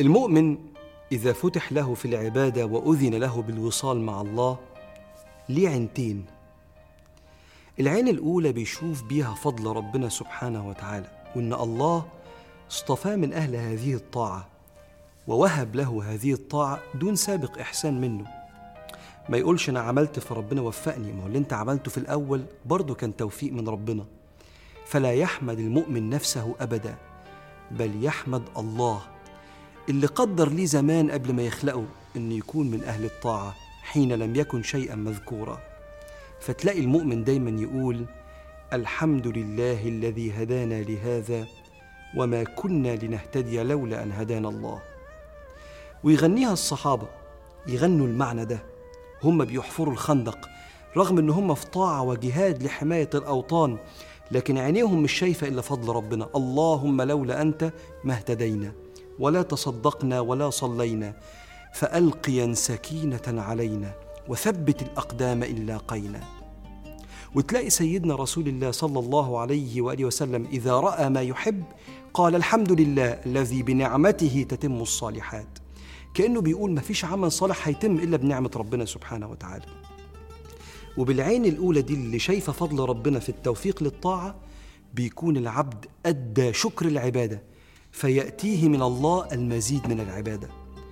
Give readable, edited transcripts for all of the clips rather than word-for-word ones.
المؤمن إذا فتح له في العبادة وأذن له بالوصال مع الله ليه عينتين. العين الأولى بيشوف بيها فضل ربنا سبحانه وتعالى، وإن الله اصطفاه من أهل هذه الطاعة ووهب له هذه الطاعة دون سابق إحسان منه. ما يقولش أنا عملت فربنا وفقني، ما هو اللي أنت عملته في الأول برضو كان توفيق من ربنا. فلا يحمد المؤمن نفسه أبدا، بل يحمد الله اللي قدر ليه زمان قبل ما يخلقه إنه يكون من أهل الطاعة حين لم يكن شيئا مذكورا. فتلاقي المؤمن دايما يقول الحمد لله الذي هدانا لهذا وما كنا لنهتدي لولا أن هدانا الله. ويغنيها الصحابة، يغنوا المعنى ده هم بيحفروا الخندق، رغم ان هم في طاعة وجهاد لحماية الأوطان، لكن عينيهم مش شايفة إلا فضل ربنا. اللهم لولا أنت ما اهتدينا ولا تصدقنا ولا صلينا، فألقيا سكينة علينا وثبت الأقدام إن لاقينا. وتلاقي سيدنا رسول الله صلى الله عليه وآله وسلم إذا رأى ما يحب قال الحمد لله الذي بنعمته تتم الصالحات، كأنه بيقول ما فيش عمل صالح هيتم إلا بنعمة ربنا سبحانه وتعالى. وبالعين الأولى دي اللي شايفة فضل ربنا في التوفيق للطاعة بيكون العبد أدى شكر العبادة، فيأتيه من الله المزيد من العبادة.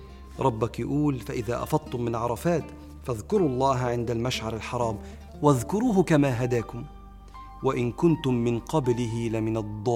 ربك يقول فإذا أفضتم من عرفات فاذكروا الله عند المشعر الحرام واذكروه كما هداكم وإن كنتم من قبله لمن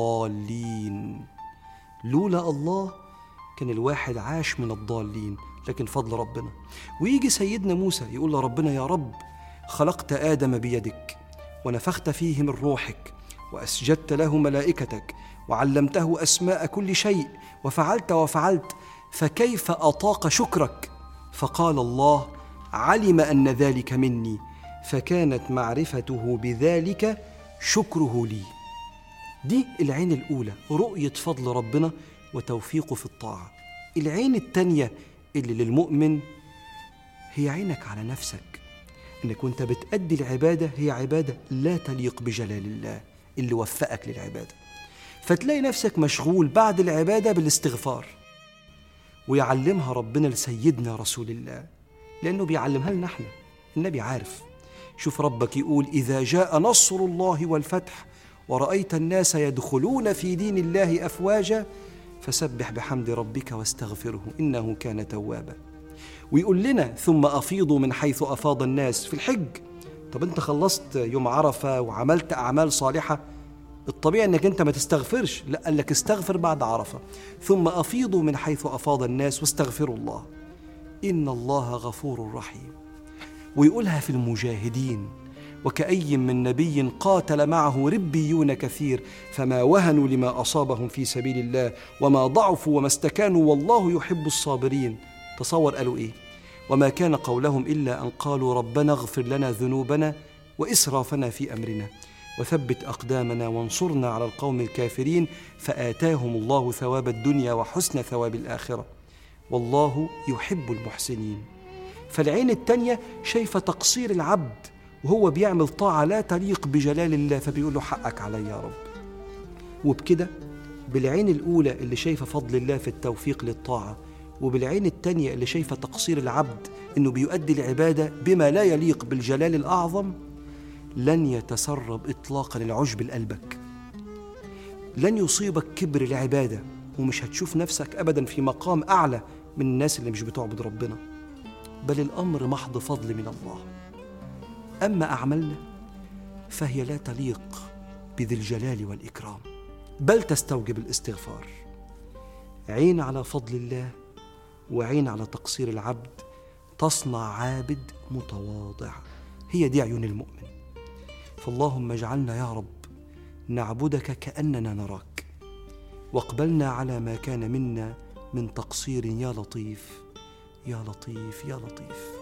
الضالين. لولا الله كان الواحد عاش من الضالين، لكن فضل ربنا. ويجي سيدنا موسى يقول لربنا يا رب خلقت آدم بيدك ونفخت فيه من روحك وأسجدت له ملائكتك وعلمته أسماء كل شيء وفعلت وفعلت، فكيف أطاق شكرك؟ فقال الله علم أن ذلك مني فكانت معرفته بذلك شكره لي. دي العين الأولى، رؤية فضل ربنا وتوفيقه في الطاعة. العين التانية اللي للمؤمن هي عينك على نفسك، إنك وانت بتأدي العبادة هي عبادة لا تليق بجلال الله اللي وفقك للعبادة، فتلاقي نفسك مشغول بعد العبادة بالاستغفار. ويعلمها ربنا لسيدنا رسول الله لأنه بيعلمها لنا احنا، النبي عارف. شوف ربك يقول إذا جاء نصر الله والفتح ورأيت الناس يدخلون في دين الله أفواجا فسبح بحمد ربك واستغفره إنه كان توابا. ويقول لنا ثم أفيضوا من حيث أفاض الناس في الحج. طب أنت خلصت يوم عرفة وعملت أعمال صالحة، الطبيعي أنك أنت ما تستغفرش، لا، قال لك استغفر بعد عرفة. ثم أفيضوا من حيث أفاض الناس واستغفروا الله إن الله غفور رحيم. ويقولها في المجاهدين وكأي من نبي قاتل معه ربيون كثير فما وهنوا لما أصابهم في سبيل الله وما ضعفوا وما استكانوا والله يحب الصابرين. تصور قالوا إيه؟ وما كان قولهم إلا أن قالوا ربنا اغفر لنا ذنوبنا وإسرافنا في أمرنا وثبت أقدامنا وانصرنا على القوم الكافرين فآتاهم الله ثواب الدنيا وحسن ثواب الآخرة والله يحب المحسنين. فالعين التانية شايفة تقصير العبد وهو بيعمل طاعة لا تليق بجلال الله، فبيقول له حقك علي يا رب. وبكده بالعين الأولى اللي شايفة فضل الله في التوفيق للطاعة، وبالعين التانية اللي شايفة تقصير العبد إنه بيؤدي العبادة بما لا يليق بالجلال الأعظم، لن يتسرب إطلاقا العجب لقلبك، لن يصيبك كبر العبادة، ومش هتشوف نفسك أبدا في مقام أعلى من الناس اللي مش بتعبد ربنا، بل الأمر محض فضل من الله. أما أعمالنا فهي لا تليق بذي الجلال والإكرام، بل تستوجب الاستغفار. عين على فضل الله وعين على تقصير العبد تصنع عابد متواضع، هي دي عيون المؤمن. فاللهم اجعلنا يا رب نعبدك كأننا نراك، واقبلنا على ما كان منا من تقصير يا لطيف يا لطيف يا لطيف.